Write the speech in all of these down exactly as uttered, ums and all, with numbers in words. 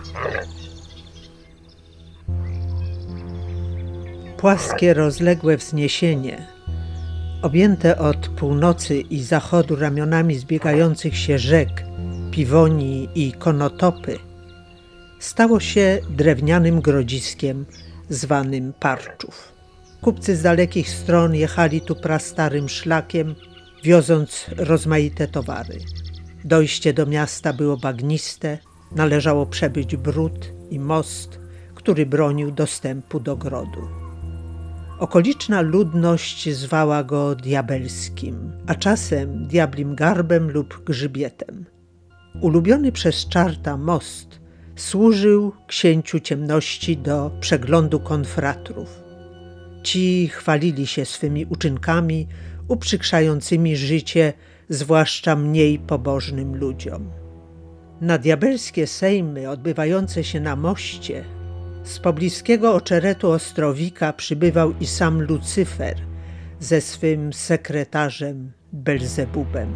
Płaskie, rozległe wzniesienie, objęte od północy i zachodu ramionami zbiegających się rzek, Piwonii i Konotopy, stało się drewnianym grodziskiem zwanym Parczów. Kupcy z dalekich stron jechali tu prastarym szlakiem, wioząc rozmaite towary. Dojście do miasta było bagniste, należało przebyć bród i most, który bronił dostępu do grodu. Okoliczna ludność zwała go Diabelskim, a czasem Diablim Garbem lub Grzybietem. Ulubiony przez Czarta most służył księciu ciemności do przeglądu konfratrów. Ci chwalili się swymi uczynkami uprzykrzającymi życie zwłaszcza mniej pobożnym ludziom. Na diabelskie sejmy odbywające się na moście z pobliskiego Oczeretu Ostrowika przybywał i sam Lucyfer ze swym sekretarzem Belzebubem.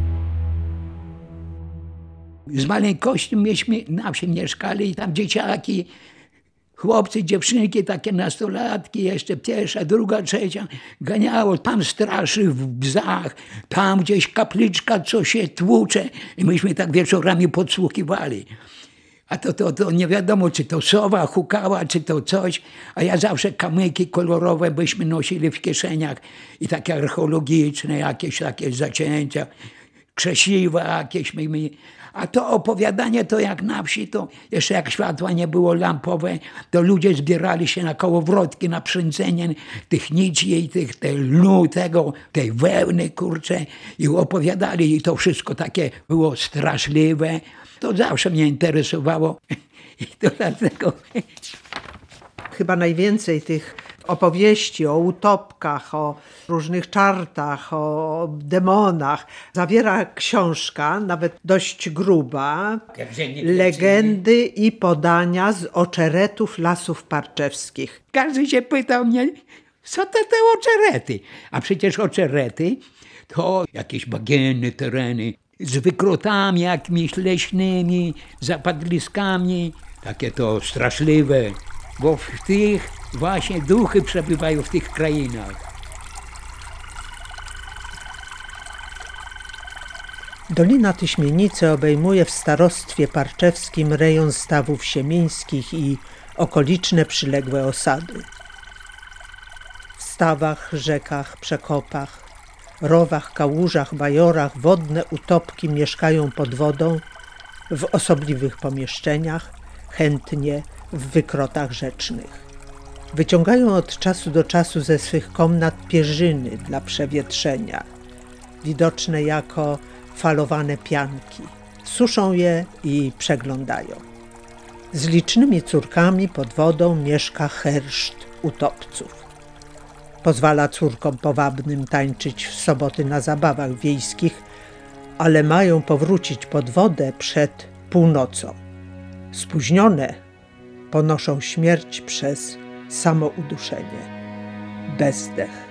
Z maleńkości myśmy na wsi mieszkali i tam dzieciaki, chłopcy, dziewczynki, takie nastolatki, jeszcze pierwsza, druga, trzecia, ganiało. Tam straszy w bzach, tam gdzieś kapliczka, co się tłucze. I myśmy tak wieczorami podsłuchiwali. A to, to, to nie wiadomo, czy to sowa hukała, czy to coś. A ja zawsze kamyki kolorowe byśmy nosili w kieszeniach i takie archeologiczne, jakieś takie zacięcia, krzesiwa jakieś. My, my. A to opowiadanie to jak na wsi, to jeszcze jak światła nie było lampowe, to ludzie zbierali się na kołowrotki, na przędzenie tych nici i tych, tej lnu, tego, tej wełny, kurcze, i opowiadali, i to wszystko takie było straszliwe. To zawsze mnie interesowało i to dlatego... Chyba najwięcej tych opowieści o utopkach, o różnych czartach, o demonach zawiera książka, nawet dość gruba, Legendy i podania z oczeretów Lasów Parczewskich. Każdy się pytał mnie, co to te oczerety? A przecież oczerety to jakieś bagienne tereny z wykrotami jakimiś leśnymi, zapadliskami, takie to straszliwe, bo w tych właśnie duchy przebywają w tych krainach. Dolina Tyśmienicy obejmuje w starostwie parczewskim rejon stawów siemińskich i okoliczne przyległe osady. W stawach, rzekach, przekopach, rowach, kałużach, bajorach wodne utopki mieszkają pod wodą, w osobliwych pomieszczeniach, chętnie w wykrotach rzecznych. Wyciągają od czasu do czasu ze swych komnat pierzyny dla przewietrzenia, widoczne jako falowane pianki. Suszą je i przeglądają. Z licznymi córkami pod wodą mieszka herszt utopców. Pozwala córkom powabnym tańczyć w soboty na zabawach wiejskich, ale mają powrócić pod wodę przed północą. Spóźnione ponoszą śmierć przez samouduszenie. Bezdech.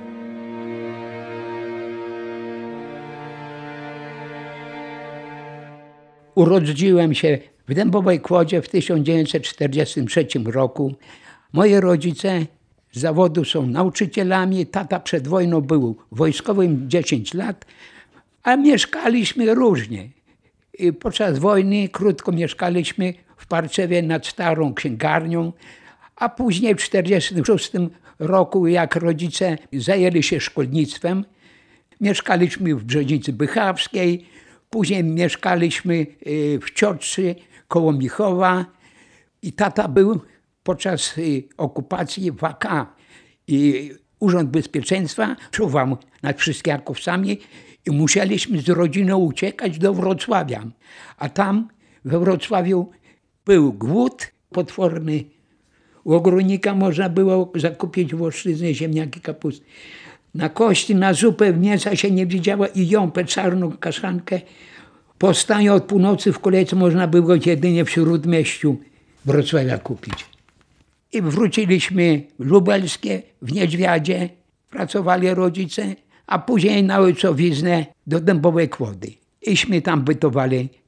Urodziłem się w Dębowej Kłodzie w tysiąc dziewięćset czterdziestym trzecim roku. Moi rodzice z zawodu są nauczycielami. Tata przed wojną był wojskowym dziesięć lat, a mieszkaliśmy różnie. I podczas wojny krótko mieszkaliśmy w Parczewie nad Starą Księgarnią, a później w tysiąc dziewięćset czterdziestym szóstym roku, jak rodzice zajęli się szkolnictwem, mieszkaliśmy w Brzeźnicy Bychawskiej, później mieszkaliśmy w Cioczy koło Michowa i tata był podczas okupacji w A K i Urząd Bezpieczeństwa czuwał nad wszystkiakowcami i musieliśmy z rodziną uciekać do Wrocławia. A tam we Wrocławiu był głód potworny. U ogrodnika można było zakupić włoszczyznę, ziemniaki, kapustę. Na kości, na zupę mięsa się nie widziała i jąpę, czarną kaszankę. Po stanie od północy w kolejce można było jedynie w Śródmieściu Wrocławia kupić. I wróciliśmy w Lubelskie, w Niedźwiadzie, pracowali rodzice, a później na ojcowiznę do Dębowej Kłody. Iśmy tam bytowali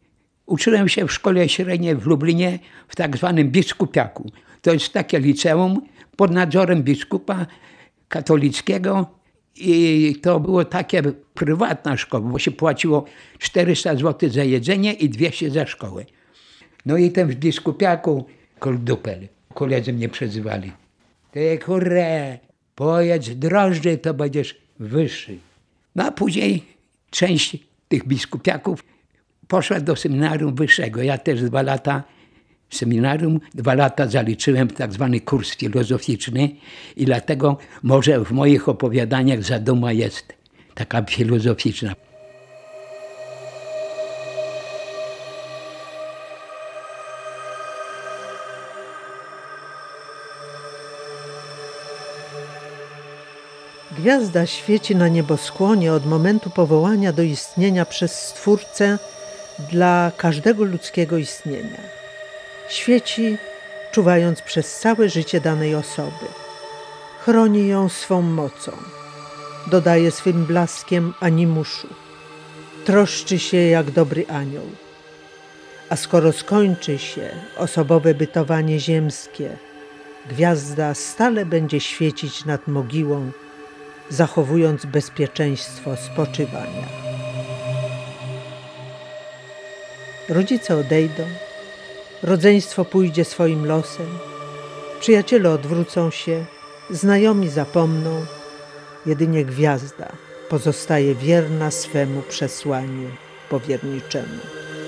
Uczyłem się w szkole średniej w Lublinie w tak zwanym biskupiaku. To jest takie liceum pod nadzorem biskupa katolickiego i to było takie prywatna szkoła, bo się płaciło czterysta złotych za jedzenie i dwieście za szkołę. No i ten w biskupiaku koldupel, koledzy mnie przezywali. Ty kurre, pojedź drożdżej, to będziesz wyższy. No a później część tych biskupiaków poszła do seminarium wyższego. Ja też dwa lata w seminarium, dwa lata zaliczyłem tak zwany kurs filozoficzny i dlatego może w moich opowiadaniach zaduma jest taka filozoficzna. Gwiazda świeci na nieboskłonie od momentu powołania do istnienia przez Stwórcę dla każdego ludzkiego istnienia. Świeci, czuwając przez całe życie danej osoby. Chroni ją swą mocą. Dodaje swym blaskiem animuszu. Troszczy się jak dobry anioł. A skoro skończy się osobowe bytowanie ziemskie, gwiazda stale będzie świecić nad mogiłą, zachowując bezpieczeństwo spoczywania. Rodzice odejdą, rodzeństwo pójdzie swoim losem, przyjaciele odwrócą się, znajomi zapomną, jedynie gwiazda pozostaje wierna swemu przesłaniu powierniczemu.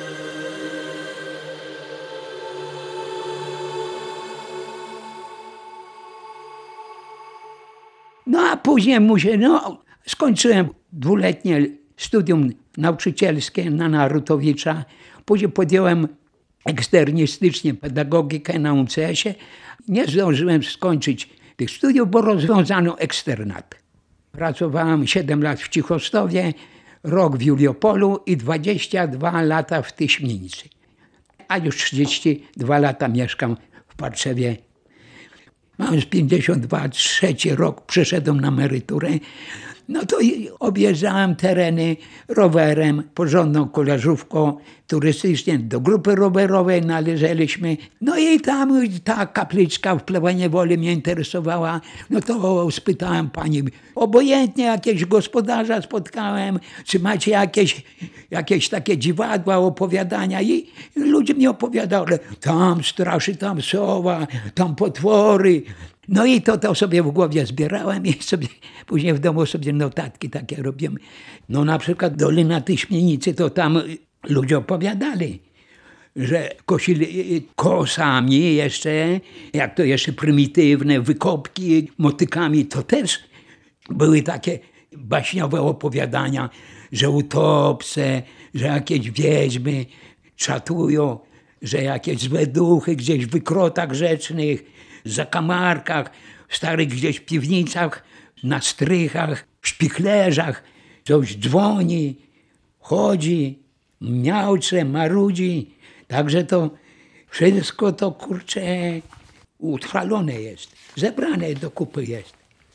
No a później muszę, no, skończyłem dwuletnie studium nauczycielskie na Narutowicza. Później podjąłem eksternistycznie pedagogikę na U C S ie. Nie zdążyłem skończyć tych studiów, bo rozwiązano eksternat. Pracowałem siedem lat w Cichostowie, rok w Juliopolu i dwadzieścia dwa lata w Tyśminicy. A już trzydzieści dwa lata mieszkam w Parczewie. Mając pięćdziesiąt dwa, trzeci rok przeszedłem na emeryturę, no to objeżdżałem tereny rowerem, porządną koleżówką turystycznie, do grupy rowerowej należeliśmy. No i tam ta kapliczka w Plewanie Woli mnie interesowała, no to spytałem pani, obojętnie jakiegoś gospodarza spotkałem, czy macie jakieś, jakieś takie dziwadła, opowiadania i ludzie mi opowiadali, tam straszy, tam sowa, tam potwory. No i to, to sobie w głowie zbierałem i sobie później w domu sobie notatki takie robiłem. No na przykład Dolina Tyśmienicy, to tam ludzie opowiadali, że kosili kosami jeszcze, jak to jeszcze prymitywne, wykopki motykami, to też były takie baśniowe opowiadania, że utopce, że jakieś wiedźmy czatują, że jakieś złe duchy gdzieś w wykrotach rzecznych, zakamarkach, w starych gdzieś piwnicach, na strychach, w szpichlerzach, coś dzwoni, chodzi, miaucze, marudzi. Także to wszystko to, kurczę, utrwalone jest, zebrane do kupy jest.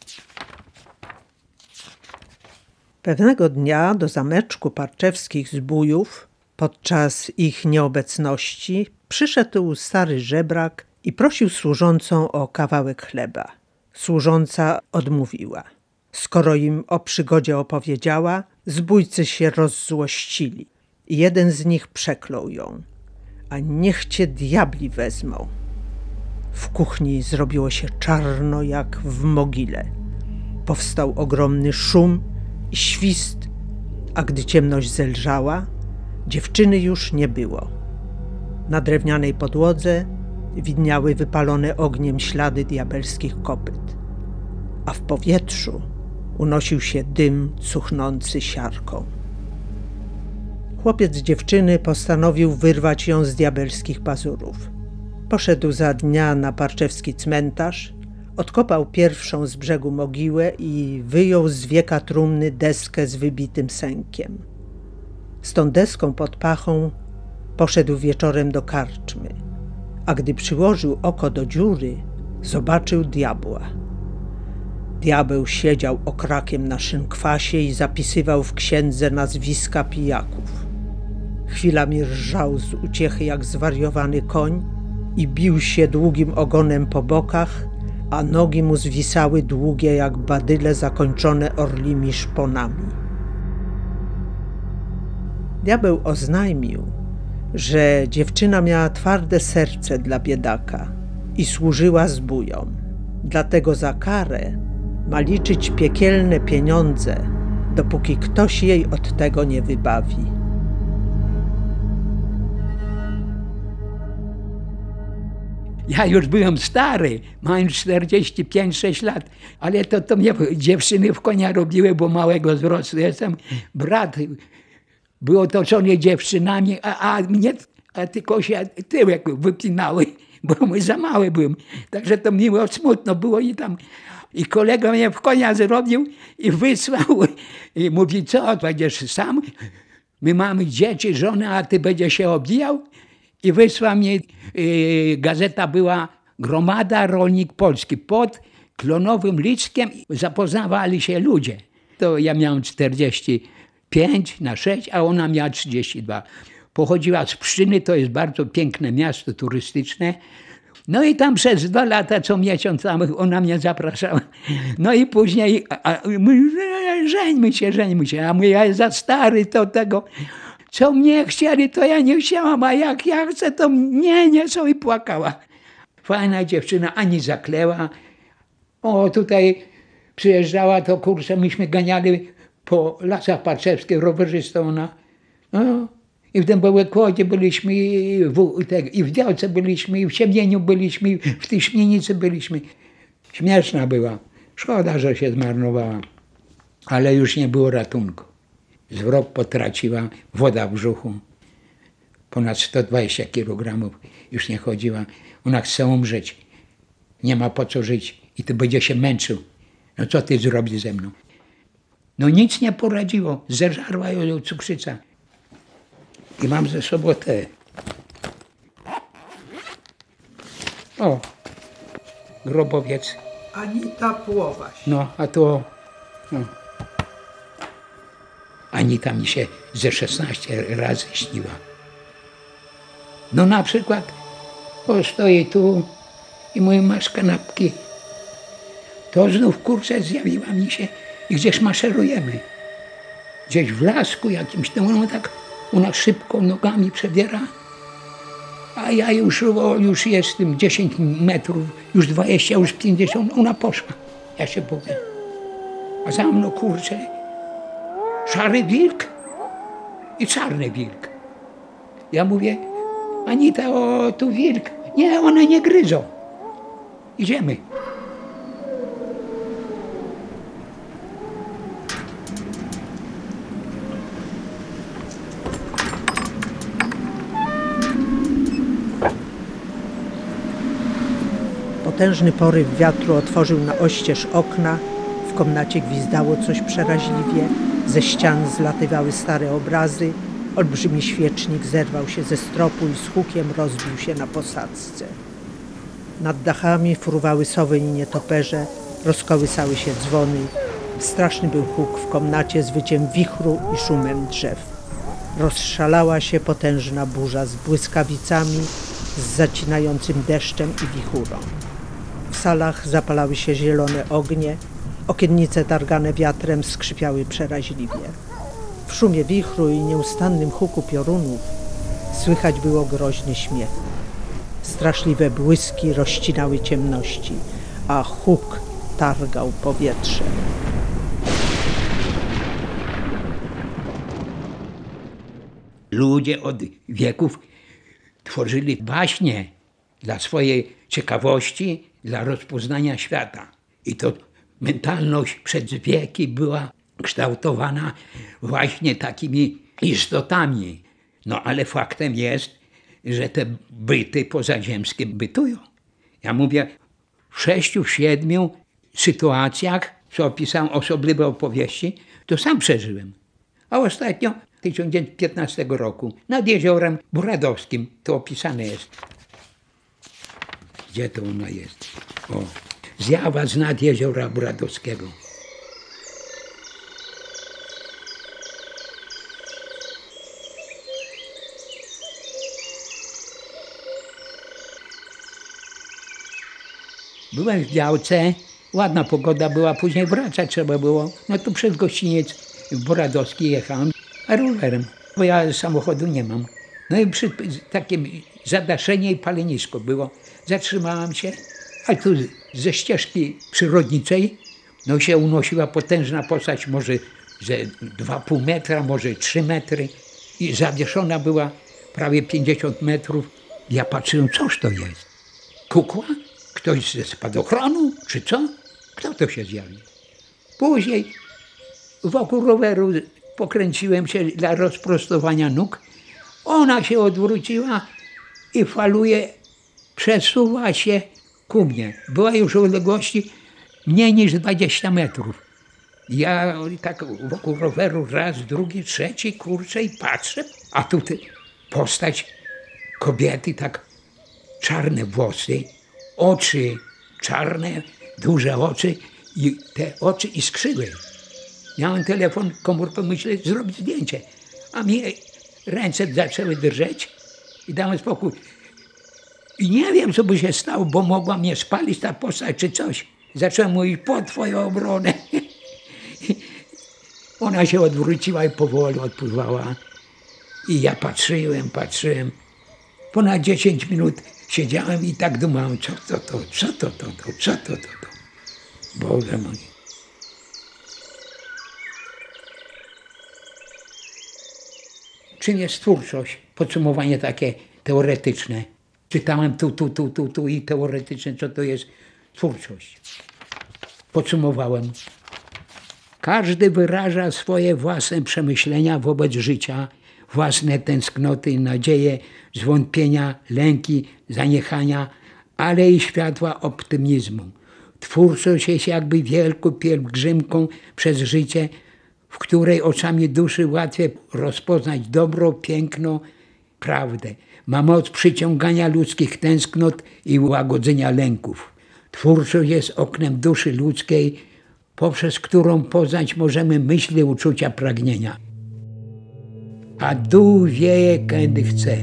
Pewnego dnia do zameczku parczewskich zbójów, podczas ich nieobecności, przyszedł stary żebrak i prosił służącą o kawałek chleba. Służąca odmówiła. Skoro im o przygodzie opowiedziała, zbójcy się rozzłościli. Jeden z nich przeklął ją. A niech cię diabli wezmą. W kuchni zrobiło się czarno jak w mogile. Powstał ogromny szum i świst, a gdy ciemność zelżała, dziewczyny już nie było. Na drewnianej podłodze widniały wypalone ogniem ślady diabelskich kopyt, a w powietrzu unosił się dym cuchnący siarką. Chłopiec dziewczyny postanowił wyrwać ją z diabelskich pazurów. Poszedł za dnia na parczewski cmentarz, odkopał pierwszą z brzegu mogiłę i wyjął z wieka trumny deskę z wybitym sękiem. Z tą deską pod pachą poszedł wieczorem do karczmy, a gdy przyłożył oko do dziury, zobaczył diabła. Diabeł siedział okrakiem na szynkwasie i zapisywał w księdze nazwiska pijaków. Chwilami rżał z uciechy jak zwariowany koń i bił się długim ogonem po bokach, a nogi mu zwisały długie jak badyle zakończone orlimi szponami. Diabeł oznajmił, że dziewczyna miała twarde serce dla biedaka i służyła zbójom. Dlatego za karę ma liczyć piekielne pieniądze, dopóki ktoś jej od tego nie wybawi. Ja już byłem stary, mając czterdzieści pięć sześć lat, ale to, to mnie dziewczyny w konia robiły, bo małego wzrostu jestem. Brat był otoczony dziewczynami, a, a mnie a tylko się tyłek wypinały, bo my za mały byłem. Także to miło, smutno było i tam. I kolega mnie w konia zrobił i wysłał. I mówi, co, będziesz sam? My mamy dzieci, żonę, a ty będziesz się obijał? I wysłał mnie, yy, gazeta była Gromada Rolnik Polski. Pod klonowym liczkiem zapoznawali się ludzie. To ja miałem czterdzieści pięć na sześć, a ona miała trzydzieści dwa. Pochodziła z Pszczyny, to jest bardzo piękne miasto turystyczne. No i tam przez dwa lata, co miesiąc tam ona mnie zapraszała. No i później, a, a, my, żeńmy się, żeńmy się. A my, ja za stary to tego, co mnie chcieli, to ja nie chciałam, a jak ja chcę, to nie, nie są i płakała. Fajna dziewczyna, ani zakleła. O, tutaj przyjeżdżała, to kurczę, myśmy ganiali po Lasach Parczewskich, rowerzystą ona. No. I w Dębowej-Kłodzie byliśmy, i w, i w Działce byliśmy, i w Siemieniu byliśmy, i w Tyśmienicy byliśmy. Śmieszna była. Szkoda, że się zmarnowała. Ale już nie było ratunku. Wzrok potraciła, woda w brzuchu. Ponad sto dwadzieścia kilogramów. Już nie chodziła. Ona chce umrzeć. Nie ma po co żyć. I ty będzie się męczył. No co ty zrobisz ze mną? No nic nie poradziło. Zeżarła ją cukrzyca. I mam ze sobą te. O, grobowiec. Anita Płowaś. No, a to... No. Anita mi się ze szesnaście razy śniła. No na przykład, o, stoi tu i mój masz kanapki. To znów kurczę zjawiła mi się i gdzieś maszerujemy. Gdzieś w lasku jakimś, to ona tak, ona szybko nogami przebiera, a ja już, o, już jestem dziesięć metrów, już dwadzieścia, już pięćdziesiąt, ona poszła. Ja się boję. A za mną kurczę, szary wilk i czarny wilk. Ja mówię, Anita, o, tu wilk. Nie, one nie gryzą. Idziemy. Potężny poryw wiatru otworzył na oścież okna. W komnacie gwizdało coś przeraźliwie. Ze ścian zlatywały stare obrazy. Olbrzymi świecznik zerwał się ze stropu i z hukiem rozbił się na posadzce. Nad dachami fruwały sowy i nietoperze, rozkołysały się dzwony. Straszny był huk w komnacie z wyciem wichru i szumem drzew. Rozszalała się potężna burza z błyskawicami, z zacinającym deszczem i wichurą. W salach zapalały się zielone ognie, okiennice targane wiatrem skrzypiały przeraźliwie. W szumie wichru i nieustannym huku piorunów słychać było groźny śmiech. Straszliwe błyski rozcinały ciemności, a huk targał powietrze. Ludzie od wieków tworzyli baśnie dla swojej ciekawości, dla rozpoznania świata. I to mentalność przez wieki była kształtowana właśnie takimi istotami. No ale faktem jest, że te byty pozaziemskie bytują. Ja mówię, w sześciu, siedmiu sytuacjach, co opisałem osobliwe opowieści, to sam przeżyłem. A ostatnio, tysiąc dziewięćset piętnastego roku, nad jeziorem Bradowskim, to opisane jest. Gdzie to ona jest? O, zjawa z nad jeziora Bradowskiego. Byłem w Białce, ładna pogoda była, później wracać trzeba było. No to przez gościniec w Boradowski jechałem, a rowerem, bo ja samochodu nie mam. No i przy takim zadaszenie i palenisko było. Zatrzymałem się, a tu ze ścieżki przyrodniczej no się unosiła potężna postać, może ze dwa i pół metra, może trzy metry i zawieszona była prawie pięćdziesiąt metrów. Ja patrzyłem, coż to jest? Kukła? Ktoś ze spadochronu? Czy co? Kto to się zjawił? Później wokół roweru pokręciłem się dla rozprostowania nóg. Ona się odwróciła i faluje, przesuwa się ku mnie. Była już w odległości mniej niż dwadzieścia metrów. Ja tak wokół roweru raz, drugi, trzeci, kurczę i patrzę, a tu postać kobiety, tak czarne włosy, oczy czarne, duże oczy i te oczy iskrzyły. Miałem telefon komórkowy, myślę, zrobić zdjęcie, a mi ręce zaczęły drżeć i dałem spokój. I nie wiem, co by się stało, bo mogła mnie spalić ta postać czy coś. Zacząłem mówić, po twoją obronę. Ona się odwróciła i powoli odpływała. I ja patrzyłem, patrzyłem. Ponad dziesięć minut siedziałem i tak dumałem, co to to, co to to, to co to to, to. Boże mój. Czym jest twórczość? Podsumowanie takie teoretyczne. Czytałem tu, tu, tu, tu, tu i teoretyczne, co to jest twórczość. Podsumowałem. Każdy wyraża swoje własne przemyślenia wobec życia, własne tęsknoty, nadzieje, zwątpienia, lęki, zaniechania, ale i światła optymizmu. Twórczość jest jakby wielką pielgrzymką przez życie, w której oczami duszy łatwiej rozpoznać dobro, piękno, prawdę. Ma moc przyciągania ludzkich tęsknot i łagodzenia lęków. Twórczość jest oknem duszy ludzkiej, poprzez którą poznać możemy myśli, uczucia, pragnienia. A dół wieje, kiedy chce.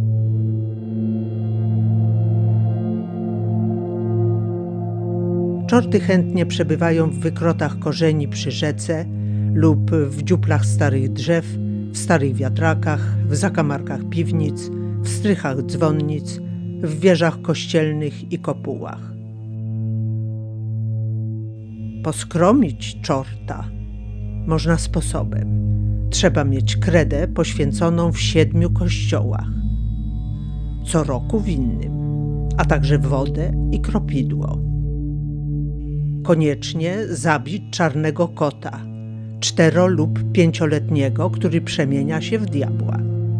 Czorty chętnie przebywają w wykrotach korzeni przy rzece lub w dziuplach starych drzew, w starych wiatrakach, w zakamarkach piwnic, w strychach dzwonnic, w wieżach kościelnych i kopułach. Poskromić czorta można sposobem. Trzeba mieć kredę poświęconą w siedmiu kościołach, co roku w innym, a także wodę i kropidło. Koniecznie zabić czarnego kota, cztero- lub pięcioletniego, który przemienia się w diabła.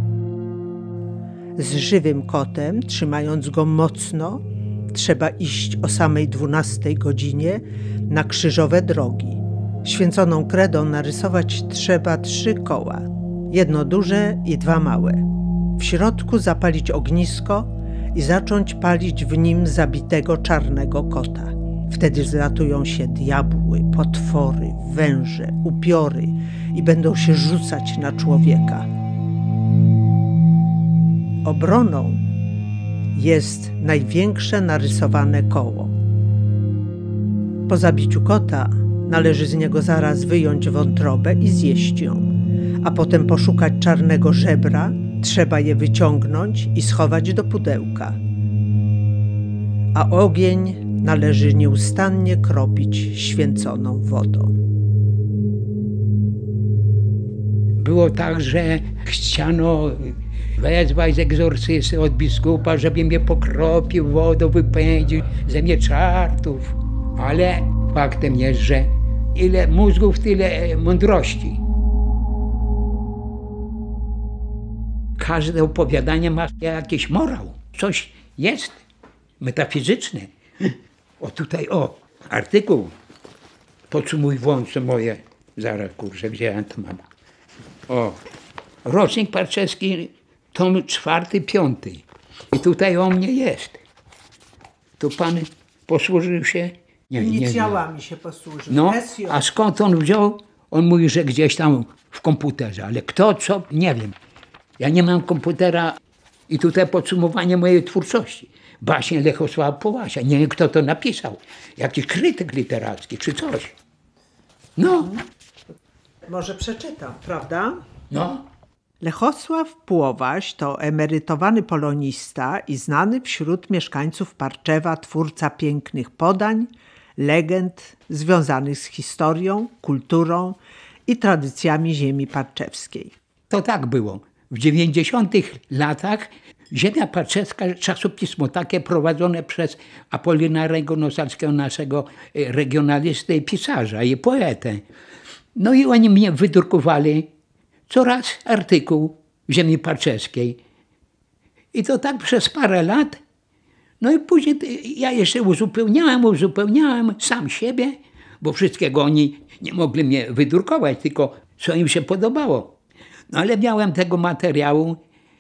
Z żywym kotem, trzymając go mocno, trzeba iść o samej dwunastej godzinie na krzyżowe drogi. Święconą kredą narysować trzeba trzy koła, jedno duże i dwa małe. W środku zapalić ognisko i zacząć palić w nim zabitego czarnego kota. Wtedy zlatują się diabły, potwory, węże, upiory i będą się rzucać na człowieka. Obroną jest największe narysowane koło. Po zabiciu kota należy z niego zaraz wyjąć wątrobę i zjeść ją, a potem poszukać czarnego żebra, trzeba je wyciągnąć i schować do pudełka. A ogień należy nieustannie kropić święconą wodą. Było tak, że chciano wezwać z egzorcysty od biskupa, żeby mnie pokropił wodą, wypędził ze mnie czartów. Ale faktem jest, że ile mózgów, tyle mądrości. Każde opowiadanie ma jakiś morał. Coś jest metafizyczne. O tutaj, o, artykuł. Podsumuj włącze moje. Zaraz, kurczę, gdzie ja to mam. O, rocznik Parczewski, tom czwarty, piąty. I tutaj o mnie jest. Tu pan posłużył się? Nie, Inicjałami nie się posłużył. No, a skąd on wziął? On mówi, że gdzieś tam w komputerze, ale kto, co, nie wiem. Ja nie mam komputera I tutaj podsumowanie mojej twórczości. Baśnie Lechosława Połasia. Nie wiem, kto to napisał. Jakiś krytyk literacki czy coś. No. Może przeczytam, prawda? No. Lechosław Płowaś to emerytowany polonista i znany wśród mieszkańców Parczewa twórca pięknych podań, legend związanych z historią, kulturą i tradycjami ziemi parczewskiej. To tak było. W dziewięćdziesiątych latach Ziemia Parczewska, czasopismo takie prowadzone przez Apolinarego Nosalskiego, naszego regionalistę i pisarza i poetę. No i oni mnie wydrukowali coraz artykuł w Ziemi Parczewskiej. I to tak przez parę lat. No i później ja jeszcze uzupełniałem, uzupełniałem sam siebie, bo wszystkiego oni nie mogli mnie wydrukować, tylko co im się podobało. No ale miałem tego materiału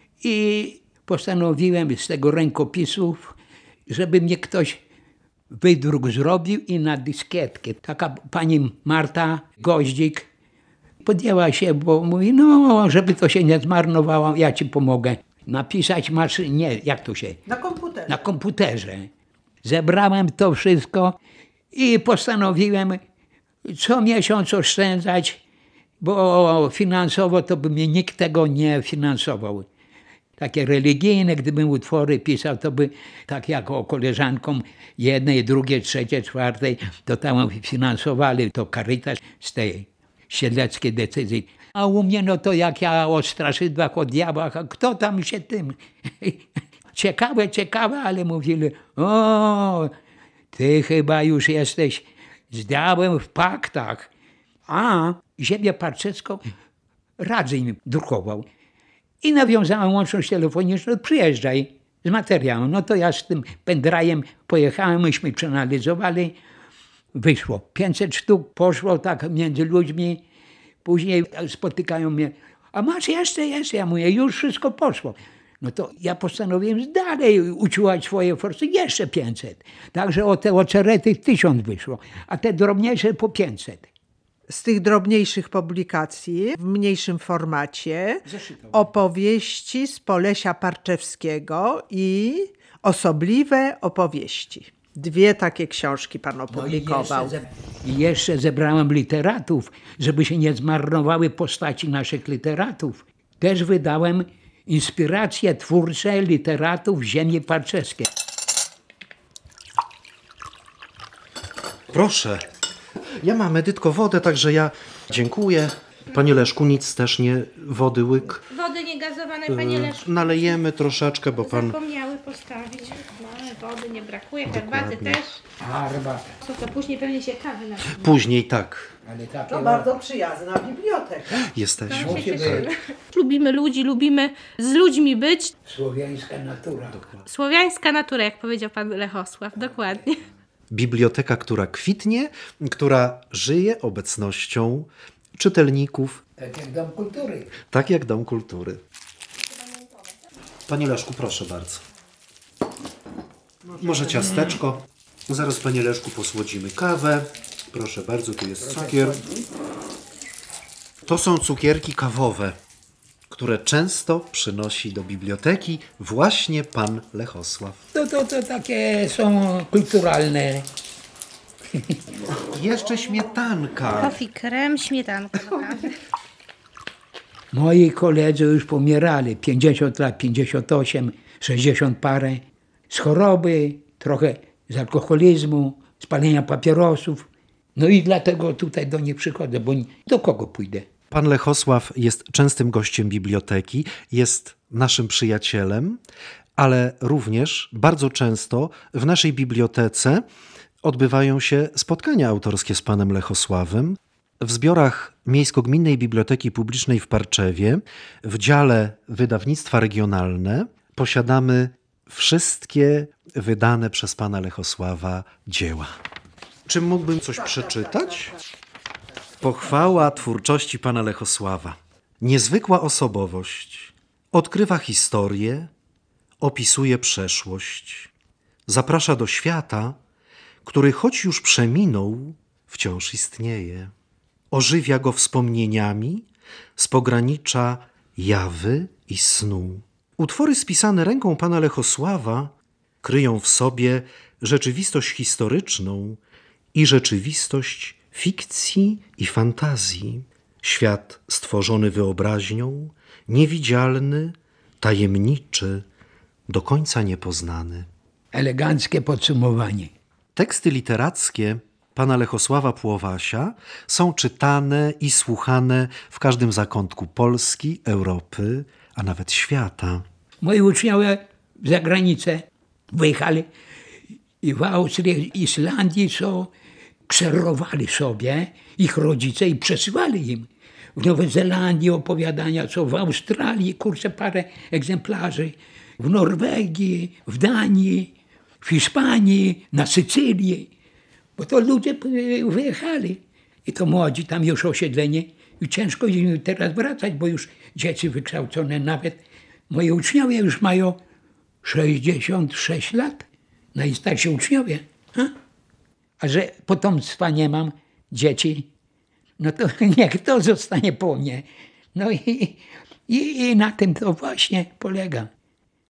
i postanowiłem z tego rękopisów, żeby mnie ktoś wydruk zrobił i na dyskietkę. Taka pani Marta Goździk podjęła się, bo mówi, no żeby to się nie zmarnowało, ja ci pomogę. Napisać maszynie, nie, jak to się? Na komputerze. Na komputerze. Zebrałem to wszystko i postanowiłem co miesiąc oszczędzać, bo finansowo to by mnie nikt tego nie finansował. Takie religijne, gdybym utwory pisał, to by tak jak o koleżankom jednej, drugiej, trzeciej, czwartej, to tam finansowali to Caritas z tej siedleckiej decyzji. A u mnie no to jak ja o straszydłach, o diabłach, a kto tam się tym... Ciekawe, ciekawe, ale mówili, o, ty chyba już jesteś z diabłem w paktach. A Ziemię Parczewską Radzyj mi drukował. I nawiązałem łączność telefoniczną, przyjeżdżaj z materiałem. No to ja z tym pendrive'em pojechałem, myśmy przeanalizowali. Wyszło pięćset sztuk, poszło tak między ludźmi. Później spotykają mnie, a masz jeszcze, jeszcze? Ja mówię, już wszystko poszło. No to ja postanowiłem dalej uciułać swoje forsy, jeszcze pięćset. Także o te oczerety tysiąc wyszło, a te drobniejsze po pięćset. Z tych drobniejszych publikacji w mniejszym formacie opowieści z Polesia Parczewskiego i osobliwe opowieści. Dwie takie książki pan opublikował. No i, jeszcze ze, I jeszcze zebrałem literatów, żeby się nie zmarnowały postaci naszych literatów. Też wydałem inspiracje twórcze literatów Ziemi Parczewskiej. Proszę. Ja mam Edytko wodę, także ja dziękuję. Panie Leszku, nic też nie, wody łyk. Wody niegazowanej, panie Leszku. Nalejemy troszeczkę, bo pan... Zapomniały postawić. No, wody nie brakuje, herbaty też. Herbata. Co to później pewnie się kawy na. Później tak. Ale takie To bardzo przyjazna biblioteka. Jesteśmy. musi być Lubimy ludzi, lubimy z ludźmi być. słowiańska natura. Słowiańska natura, jak powiedział pan Lechosław, dokładnie. Biblioteka, która kwitnie, która żyje obecnością czytelników, Tak jak Dom Kultury. tak jak Dom Kultury. Panie Leszku, proszę bardzo. Może ciasteczko. Zaraz, panie Leszku, posłodzimy kawę. Proszę bardzo, tu jest cukier. To są cukierki kawowe, które często przynosi do biblioteki właśnie pan Lechosław. To, to, to takie są kulturalne. Jeszcze śmietanka. Coffee krem, śmietanka do kawy. Moi koledzy już pomierali, pięćdziesiąt lat, pięćdziesiąt osiem, sześćdziesiąt parę, z choroby, trochę z alkoholizmu, z palenia papierosów. No i dlatego tutaj do nich przychodzę, bo do kogo pójdę? Pan Lechosław jest częstym gościem biblioteki, jest naszym przyjacielem, ale również bardzo często w naszej bibliotece odbywają się spotkania autorskie z panem Lechosławem. W zbiorach Miejsko-Gminnej Biblioteki Publicznej w Parczewie, w dziale Wydawnictwa Regionalne, posiadamy wszystkie wydane przez pana Lechosława dzieła. Czy mógłbym coś przeczytać? Pochwała twórczości pana Lechosława. Niezwykła osobowość. Odkrywa historię, opisuje przeszłość. Zaprasza do świata, który choć już przeminął, wciąż istnieje. Ożywia go wspomnieniami z pogranicza jawy i snu. Utwory spisane ręką pana Lechosława kryją w sobie rzeczywistość historyczną i rzeczywistość fikcji i fantazji. Świat stworzony wyobraźnią, niewidzialny, tajemniczy, do końca niepoznany. Eleganckie podsumowanie. Teksty literackie pana Lechosława Płowasia są czytane i słuchane w każdym zakątku Polski, Europy, a nawet świata. Moi uczniowie za granicę wyjechali i w Austrii, Islandii są, kserowali sobie ich rodzice i przesyłali im. W Nowej Zelandii opowiadania są, w Australii, kurczę, parę egzemplarzy, w Norwegii, w Danii, w Hiszpanii, na Sycylii, bo to ludzie wyjechali. I to młodzi, tam już osiedlenie i ciężko im teraz wracać, bo już dzieci wykształcone, nawet moi uczniowie już mają sześćdziesiąt sześć lat, najstarsi uczniowie. Ha? A że potomstwa nie mam, dzieci, no to niech to zostanie po mnie. No i, i, i na tym to właśnie polega.